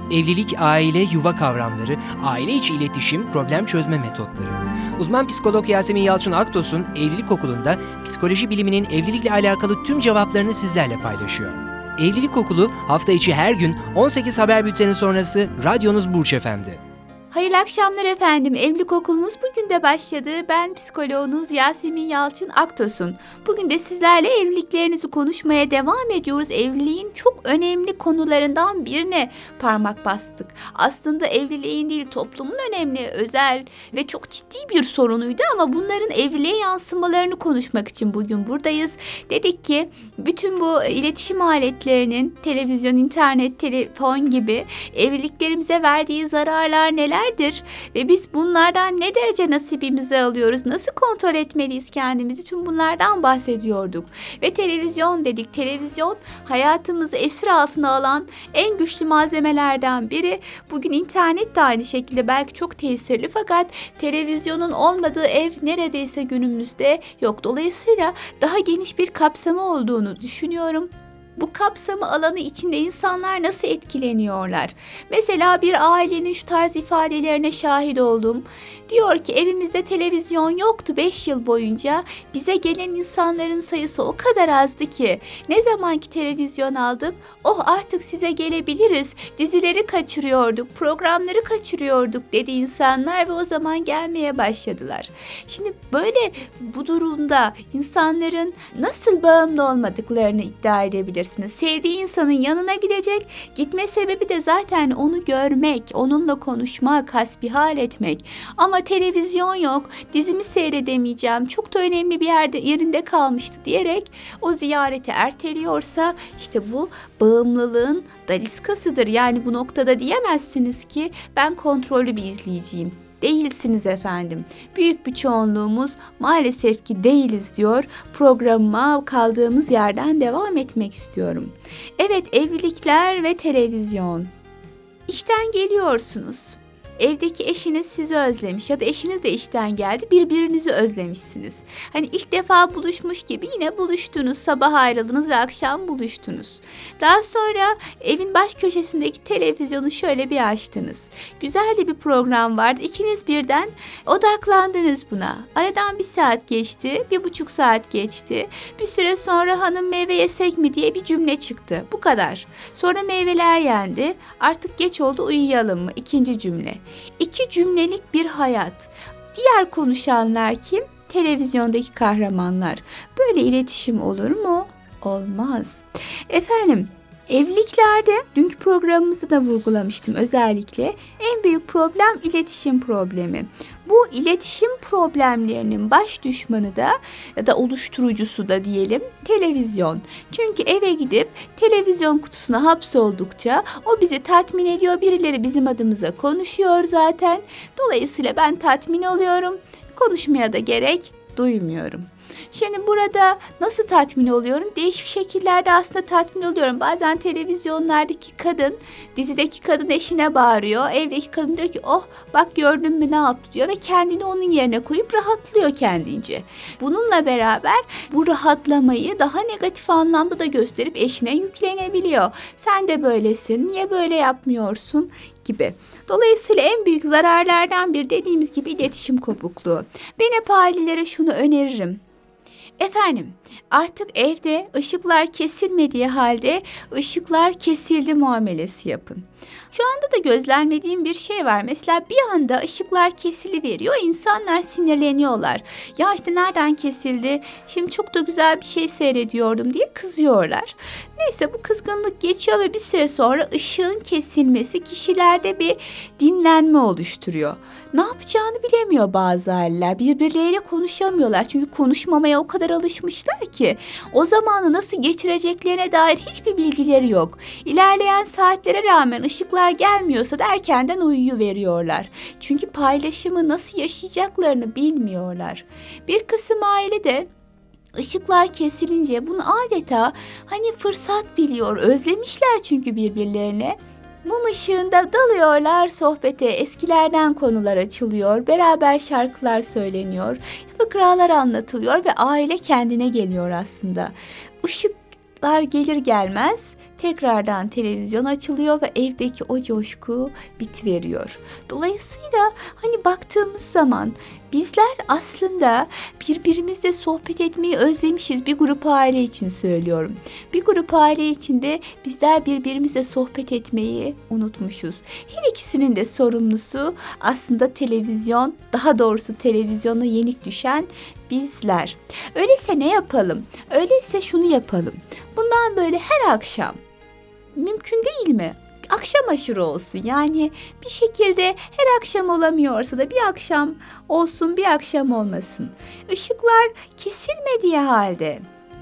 Evlilik, aile, yuva kavramları, aile içi iletişim, problem çözme metotları. Uzman psikolog Yasemin Yalçın Aktos'un Evlilik Okulu'nda psikoloji biliminin evlilikle alakalı tüm cevaplarını sizlerle paylaşıyor. Evlilik Okulu hafta içi her gün 18 haber bülteni sonrası radyonuz Burç FM'de. Hayırlı akşamlar efendim. Evlilik okulumuz bugün de başladı. Ben psikoloğunuz Yasemin Yalçın Aktos'un. Bugün de sizlerle evliliklerinizi konuşmaya devam ediyoruz. Evliliğin çok önemli konularından birine parmak bastık. Aslında evliliğin değil, toplumun önemli, özel ve çok ciddi bir sorunuydu ama bunların evliliğe yansımalarını konuşmak için bugün buradayız. Dedik ki bütün bu iletişim aletlerinin, televizyon, internet, telefon gibi evliliklerimize verdiği zararlar neler? Ve biz bunlardan ne derece nasibimizi alıyoruz? Nasıl kontrol etmeliyiz kendimizi? Tüm bunlardan bahsediyorduk. Ve televizyon dedik. Televizyon hayatımızı esir altına alan en güçlü malzemelerden biri. Bugün internet de aynı şekilde belki çok tesirli fakat televizyonun olmadığı ev neredeyse günümüzde yok. Dolayısıyla daha geniş bir kapsamı olduğunu düşünüyorum. Bu kapsamı alanı içinde insanlar nasıl etkileniyorlar? Mesela bir ailenin şu tarz ifadelerine şahit oldum. Diyor ki evimizde televizyon yoktu 5 yıl boyunca. Bize gelen insanların sayısı o kadar azdı ki. Ne zamanki televizyon aldık, artık size gelebiliriz. Dizileri kaçırıyorduk, programları kaçırıyorduk dedi insanlar ve o zaman gelmeye başladılar. Şimdi böyle bu durumda insanların nasıl bağımlı olmadıklarını iddia edebilir. Sevdiği insanın yanına gidecek. Gitme sebebi de zaten onu görmek, onunla konuşmak, hasbihal etmek. Ama televizyon yok, dizimi seyredemeyeceğim, çok da önemli bir yerinde kalmıştı diyerek o ziyareti erteliyorsa işte bu bağımlılığın daniskasıdır. Yani bu noktada diyemezsiniz ki ben kontrollü bir izleyiciyim. Değilsiniz efendim. Büyük bir çoğunluğumuz maalesef ki değiliz diyor. Programıma kaldığımız yerden devam etmek istiyorum. Evet, evlilikler ve televizyon. İşten geliyorsunuz. Evdeki eşiniz sizi özlemiş ya da eşiniz de işten geldi, birbirinizi özlemişsiniz. Hani ilk defa buluşmuş gibi yine buluştunuz, sabah ayrıldınız ve akşam buluştunuz. Daha sonra evin baş köşesindeki televizyonu şöyle bir açtınız. Güzel de bir program vardı, ikiniz birden odaklandınız buna. Aradan 1 saat geçti, 1,5 saat geçti. Bir süre sonra hanım meyve yesek mi diye bir cümle çıktı. Bu kadar. Sonra meyveler yendi, artık geç oldu uyuyalım mı? 2. cümle. 2 cümlelik bir hayat. Diğer konuşanlar kim? Televizyondaki kahramanlar. Böyle iletişim olur mu? Olmaz. Efendim, evliliklerde dünkü programımızda da vurgulamıştım özellikle. En büyük problem iletişim problemi. Bu iletişim problemlerinin baş düşmanı da ya da oluşturucusu da diyelim televizyon. Çünkü eve gidip televizyon kutusuna hapsoldukça o bizi tatmin ediyor. Birileri bizim adımıza konuşuyor zaten. Dolayısıyla ben tatmin oluyorum. Konuşmaya da gerek duymuyorum. Şimdi burada nasıl tatmin oluyorum? Değişik şekillerde aslında tatmin oluyorum. Bazen televizyonlardaki kadın, dizideki kadın eşine bağırıyor. Evdeki kadın diyor ki bak gördün mü ne yaptı diyor ve kendini onun yerine koyup rahatlıyor kendince. Bununla beraber bu rahatlamayı daha negatif anlamda da gösterip eşine yüklenebiliyor. Sen de böylesin, niye böyle yapmıyorsun gibi. Dolayısıyla en büyük zararlardan biri dediğimiz gibi iletişim kopukluğu. Ben hep ailelere şunu öneririm. Efendim, artık evde ışıklar kesilmediği halde ışıklar kesildi muamelesi yapın. Şu anda da gözlemlediğim bir şey var. Mesela bir anda ışıklar kesiliveriyor, insanlar sinirleniyorlar. Ya işte nereden kesildi? Şimdi çok da güzel bir şey seyrediyordum diye kızıyorlar. Neyse bu kızgınlık geçiyor ve bir süre sonra ışığın kesilmesi kişilerde bir dinlenme oluşturuyor. Ne yapacağını bilemiyor bazı aileler. Birbirleriyle konuşamıyorlar. Çünkü konuşmamaya o kadar alışmışlar ki o zamanı nasıl geçireceklerine dair hiçbir bilgileri yok. İlerleyen saatlere rağmen ışıklar gelmiyorsa da erkenden uyuyuveriyorlar. Çünkü paylaşımı nasıl yaşayacaklarını bilmiyorlar. Bir kısım aile de Işıklar kesilince bunu adeta fırsat biliyor, özlemişler çünkü birbirlerine. Mum ışığında dalıyorlar sohbete, eskilerden konular açılıyor, beraber şarkılar söyleniyor, fıkralar anlatılıyor ve aile kendine geliyor aslında. Işıklar gelir gelmez tekrardan televizyon açılıyor ve evdeki o coşku bitiveriyor. Dolayısıyla hani baktığımız zaman bizler aslında birbirimizle sohbet etmeyi özlemişiz. Bir grup aile için söylüyorum. Bir grup aile içinde bizler birbirimizle sohbet etmeyi unutmuşuz. Her ikisinin de sorumlusu aslında televizyon, daha doğrusu televizyona yenik düşen bizler. Öyleyse ne yapalım? Öyleyse şunu yapalım. Bundan böyle her akşam, mümkün değil mi? Akşam aşırı olsun. Yani bir şekilde her akşam olamıyorsa da bir akşam olsun, bir akşam olmasın. Işıklar kesilmediği halde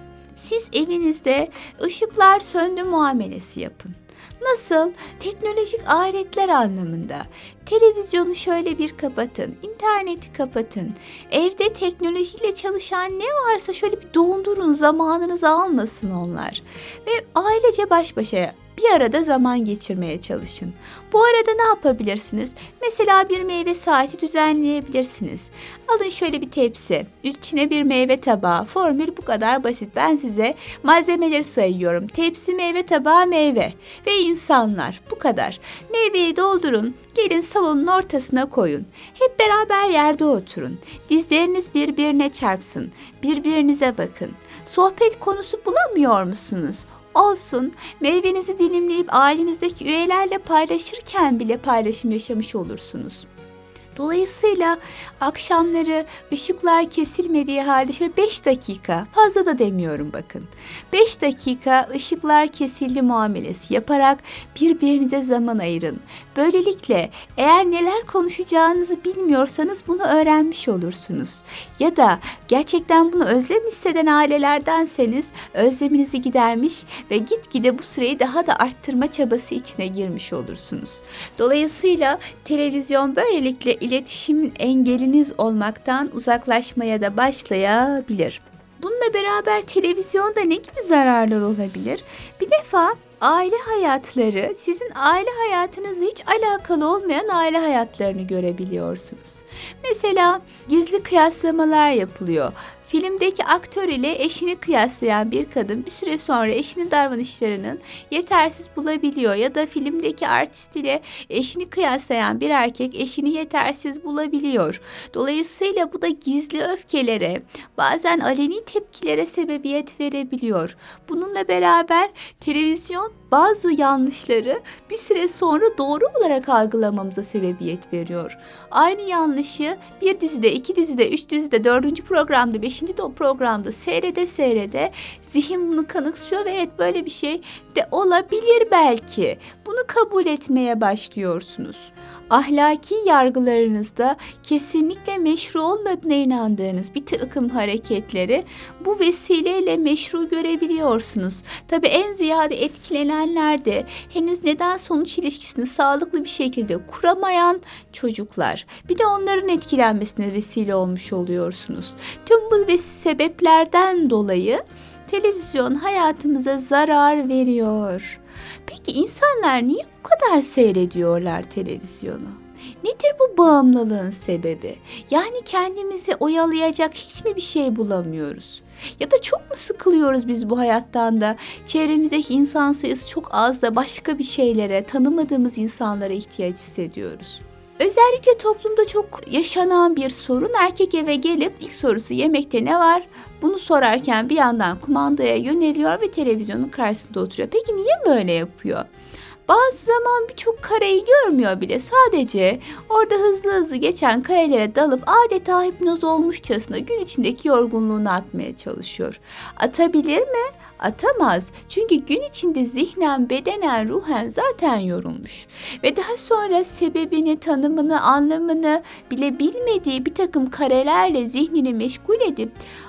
siz evinizde ışıklar söndü muamelesi yapın. Nasıl? Teknolojik aletler anlamında. Televizyonu şöyle bir kapatın, interneti kapatın. Evde teknolojiyle çalışan ne varsa şöyle bir dondurun, zamanınızı almasın onlar. Ve ailece baş başa bir arada zaman geçirmeye çalışın. Bu arada ne yapabilirsiniz? Mesela bir meyve saati düzenleyebilirsiniz. Alın şöyle bir tepsi, içine bir meyve tabağı. Formül bu kadar basit. Ben size malzemeleri sayıyorum. Tepsi, meyve tabağı, meyve ve insanlar. Bu kadar. Meyveyi doldurun. Gelin salonun ortasına koyun. Hep beraber yerde oturun. Dizleriniz birbirine çarpsın. Birbirinize bakın. Sohbet konusu bulamıyor musunuz? Olsun, meyvenizi dilimleyip ailenizdeki üyelerle paylaşırken bile paylaşım yaşamış olursunuz. Dolayısıyla akşamları ışıklar kesilmediği halde şöyle 5 dakika, fazla da demiyorum bakın. 5 dakika ışıklar kesildi muamelesi yaparak birbirinize zaman ayırın. Böylelikle eğer neler konuşacağınızı bilmiyorsanız bunu öğrenmiş olursunuz. Ya da gerçekten bunu özlem hisseden ailelerdenseniz özleminizi gidermiş ve gitgide bu süreyi daha da arttırma çabası içine girmiş olursunuz. Dolayısıyla televizyon böylelikle iletişimin engeliniz olmaktan uzaklaşmaya da başlayabilir. Bununla beraber televizyonda ne gibi zararlar olabilir? Bir defa aile hayatları, sizin aile hayatınızla hiç alakalı olmayan aile hayatlarını görebiliyorsunuz. Mesela gizli kıyaslamalar yapılıyor. Filmdeki aktör ile eşini kıyaslayan bir kadın bir süre sonra eşinin davranışlarının yetersiz bulabiliyor ya da filmdeki artist ile eşini kıyaslayan bir erkek eşini yetersiz bulabiliyor. Dolayısıyla bu da gizli öfkelere, bazen aleni tepkilere sebebiyet verebiliyor. Bununla beraber televizyon bazı yanlışları bir süre sonra doğru olarak algılamamıza sebebiyet veriyor. Aynı yanlışı bir dizide, 2 dizide, 3 dizide, 4. programda, 5. programda seyrede zihin bunu kanıksıyor ve evet böyle bir şey de olabilir belki. Bunu kabul etmeye başlıyorsunuz. Ahlaki yargılarınızda kesinlikle meşru olmadığına inandığınız bir takım hareketleri bu vesileyle meşru görebiliyorsunuz. Tabii en ziyade etkilenenler de henüz neden sonuç ilişkisini sağlıklı bir şekilde kuramayan çocuklar. Bir de onların etkilenmesine vesile olmuş oluyorsunuz. Tüm bu sebeplerden dolayı televizyon hayatımıza zarar veriyor. Peki insanlar niye bu kadar seyrediyorlar televizyonu? Nedir bu bağımlılığın sebebi? Yani kendimizi oyalayacak hiç mi bir şey bulamıyoruz? Ya da çok mu sıkılıyoruz biz bu hayattan da? Çevremizdeki insan sayısı çok az da başka bir şeylere, tanımadığımız insanlara ihtiyaç hissediyoruz. Özellikle toplumda çok yaşanan bir sorun, erkek eve gelip ilk sorusu yemekte ne var? Bunu sorarken bir yandan kumandaya yöneliyor ve televizyonun karşısında oturuyor. Peki niye böyle yapıyor? Bazı zaman birçok kareyi görmüyor bile. Sadece orada hızlı geçen karelere dalıp adeta hipnoz olmuşçasına gün içindeki yorgunluğunu atmaya çalışıyor. Atabilir mi? Atamaz. Çünkü gün içinde zihnen, bedenen, ruhen zaten yorulmuş. Ve daha sonra sebebini, tanımını, anlamını bile bilmediği bir takım karelerle zihnini meşgul edip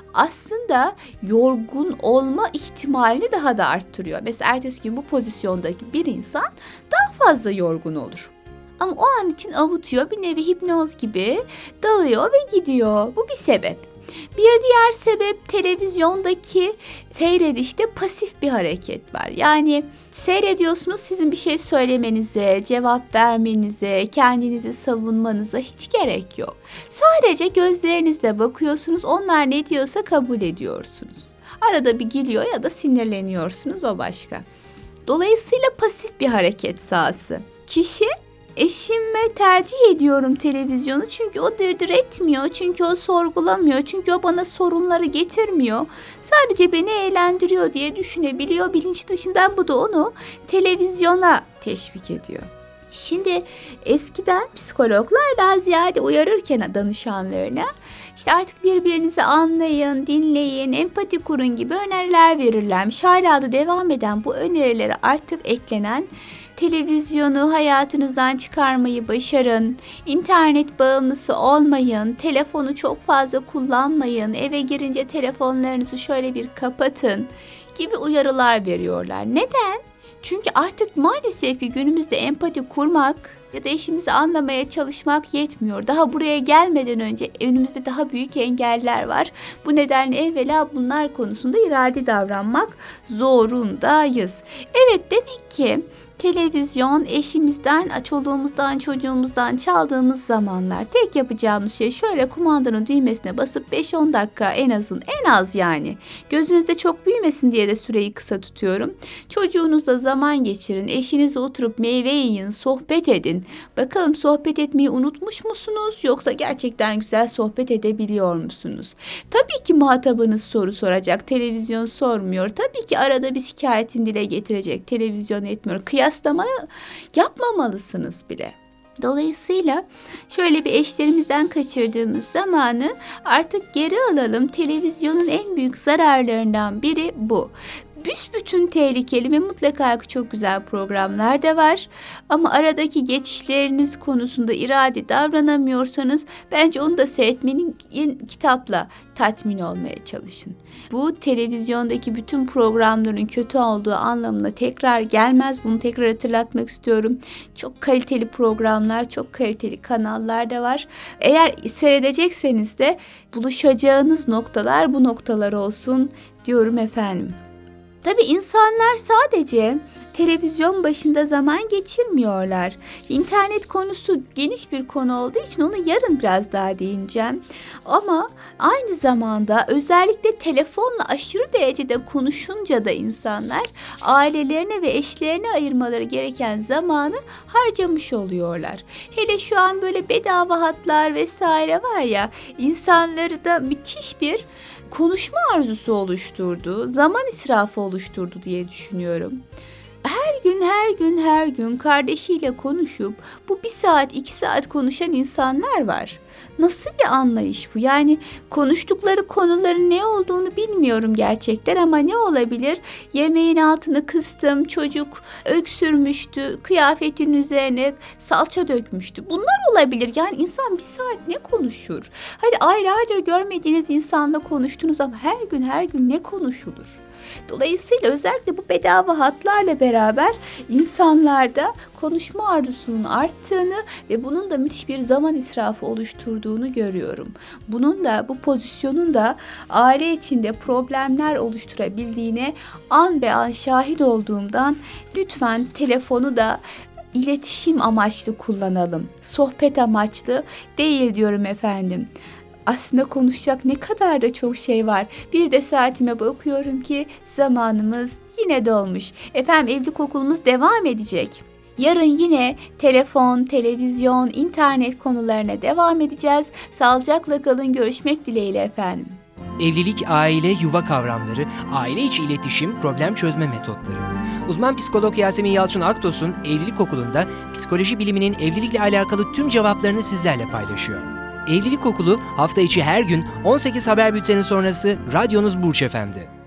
aslında yorgun olma ihtimalini daha da arttırıyor. Mesela ertesi gün bu pozisyondaki bir insan daha fazla yorgun olur. Ama o an için avutuyor, bir nevi hipnoz gibi dalıyor ve gidiyor. Bu bir sebep. Bir diğer sebep televizyondaki seyredişte pasif bir hareket var. Yani seyrediyorsunuz, sizin bir şey söylemenize, cevap vermenize, kendinizi savunmanıza hiç gerek yok. Sadece gözlerinizle bakıyorsunuz, onlar ne diyorsa kabul ediyorsunuz. Arada bir gülüyor ya da sinirleniyorsunuz, o başka. Dolayısıyla pasif bir hareket sahası. Kişi eşime tercih ediyorum televizyonu çünkü o dırdır etmiyor, çünkü o sorgulamıyor, çünkü o bana sorunları getirmiyor. Sadece beni eğlendiriyor diye düşünebiliyor. Bilinç dışından bu da onu televizyona teşvik ediyor. Şimdi eskiden psikologlar daha ziyade uyarırken danışanlarına işte artık birbirinizi anlayın, dinleyin, empati kurun gibi öneriler verirlermiş. Hala da devam eden bu önerilere artık eklenen televizyonu hayatınızdan çıkarmayı başarın, internet bağımlısı olmayın, telefonu çok fazla kullanmayın, eve girince telefonlarınızı şöyle bir kapatın gibi uyarılar veriyorlar. Neden? Çünkü artık maalesef ki günümüzde empati kurmak ya da eşimizi anlamaya çalışmak yetmiyor. Daha buraya gelmeden önce önümüzde daha büyük engeller var. Bu nedenle evvela bunlar konusunda irade davranmak zorundayız. Evet, demek ki televizyon eşimizden, çoluğumuzdan, çocuğumuzdan çaldığımız zamanlar tek yapacağımız şey şöyle kumandanın düğmesine basıp 5-10 dakika en az yani. Gözünüzde çok büyümesin diye de süreyi kısa tutuyorum. Çocuğunuzla zaman geçirin, eşinizle oturup meyve yiyin, sohbet edin. Bakalım sohbet etmeyi unutmuş musunuz yoksa gerçekten güzel sohbet edebiliyor musunuz? Tabii ki muhatabınız soru soracak, televizyon sormuyor. Tabii ki arada bir şikayetini dile getirecek, televizyon etmiyor. Kıyaslama yapmamalısınız bile. Dolayısıyla şöyle bir eşlerimizden kaçırdığımız zamanı artık geri alalım. Televizyonun en büyük zararlarından biri bu. Büsbütün tehlikeli ve mutlaka çok güzel programlar da var. Ama aradaki geçişleriniz konusunda irade davranamıyorsanız bence onu da seyretmenin kitapla tatmin olmaya çalışın. Bu televizyondaki bütün programların kötü olduğu anlamına tekrar gelmez. Bunu tekrar hatırlatmak istiyorum. Çok kaliteli programlar, çok kaliteli kanallar da var. Eğer seyredecekseniz de buluşacağınız noktalar bu noktalar olsun diyorum efendim. Tabii insanlar sadece televizyon başında zaman geçirmiyorlar. İnternet konusu geniş bir konu olduğu için onu yarın biraz daha değineceğim. Ama aynı zamanda özellikle telefonla aşırı derecede konuşunca da insanlar ailelerine ve eşlerine ayırmaları gereken zamanı harcamış oluyorlar. Hele şu an böyle bedava hatlar vesaire var ya, insanları da müthiş bir konuşma arzusu oluşturdu, zaman israfı oluşturdu diye düşünüyorum. Her gün kardeşiyle konuşup bu 1 saat 2 saat konuşan insanlar var. Nasıl bir anlayış bu? Yani konuştukları konuların ne olduğunu bilmiyorum gerçekten ama ne olabilir? Yemeğin altını kıstım, çocuk öksürmüştü, kıyafetin üzerine salça dökmüştü. Bunlar olabilir. Yani insan 1 saat ne konuşur? Hadi aylardır görmediğiniz insanla konuştunuz ama her gün ne konuşulur? Dolayısıyla özellikle bu bedava hatlarla beraber insanlarda konuşma arzusunun arttığını ve bunun da müthiş bir zaman israfı oluşturduğunu görüyorum. Bunun da, bu pozisyonun da aile içinde problemler oluşturabildiğine an be an şahit olduğumdan lütfen telefonu da iletişim amaçlı kullanalım. Sohbet amaçlı değil diyorum efendim. Aslında konuşacak ne kadar da çok şey var. Bir de saatime bakıyorum ki zamanımız yine dolmuş. Efendim, evlilik okulumuz devam edecek. Yarın yine telefon, televizyon, internet konularına devam edeceğiz. Sağlıcakla kalın, görüşmek dileğiyle efendim. Evlilik, aile, yuva kavramları, aile içi iletişim, problem çözme metotları. Uzman psikolog Yasemin Yalçın Aktos'un Evlilik Okulu'nda psikoloji biliminin evlilikle alakalı tüm cevaplarını sizlerle paylaşıyor. Evlilik Okulu hafta içi her gün 18 haber bülteni sonrası radyonuz Burç FM'de.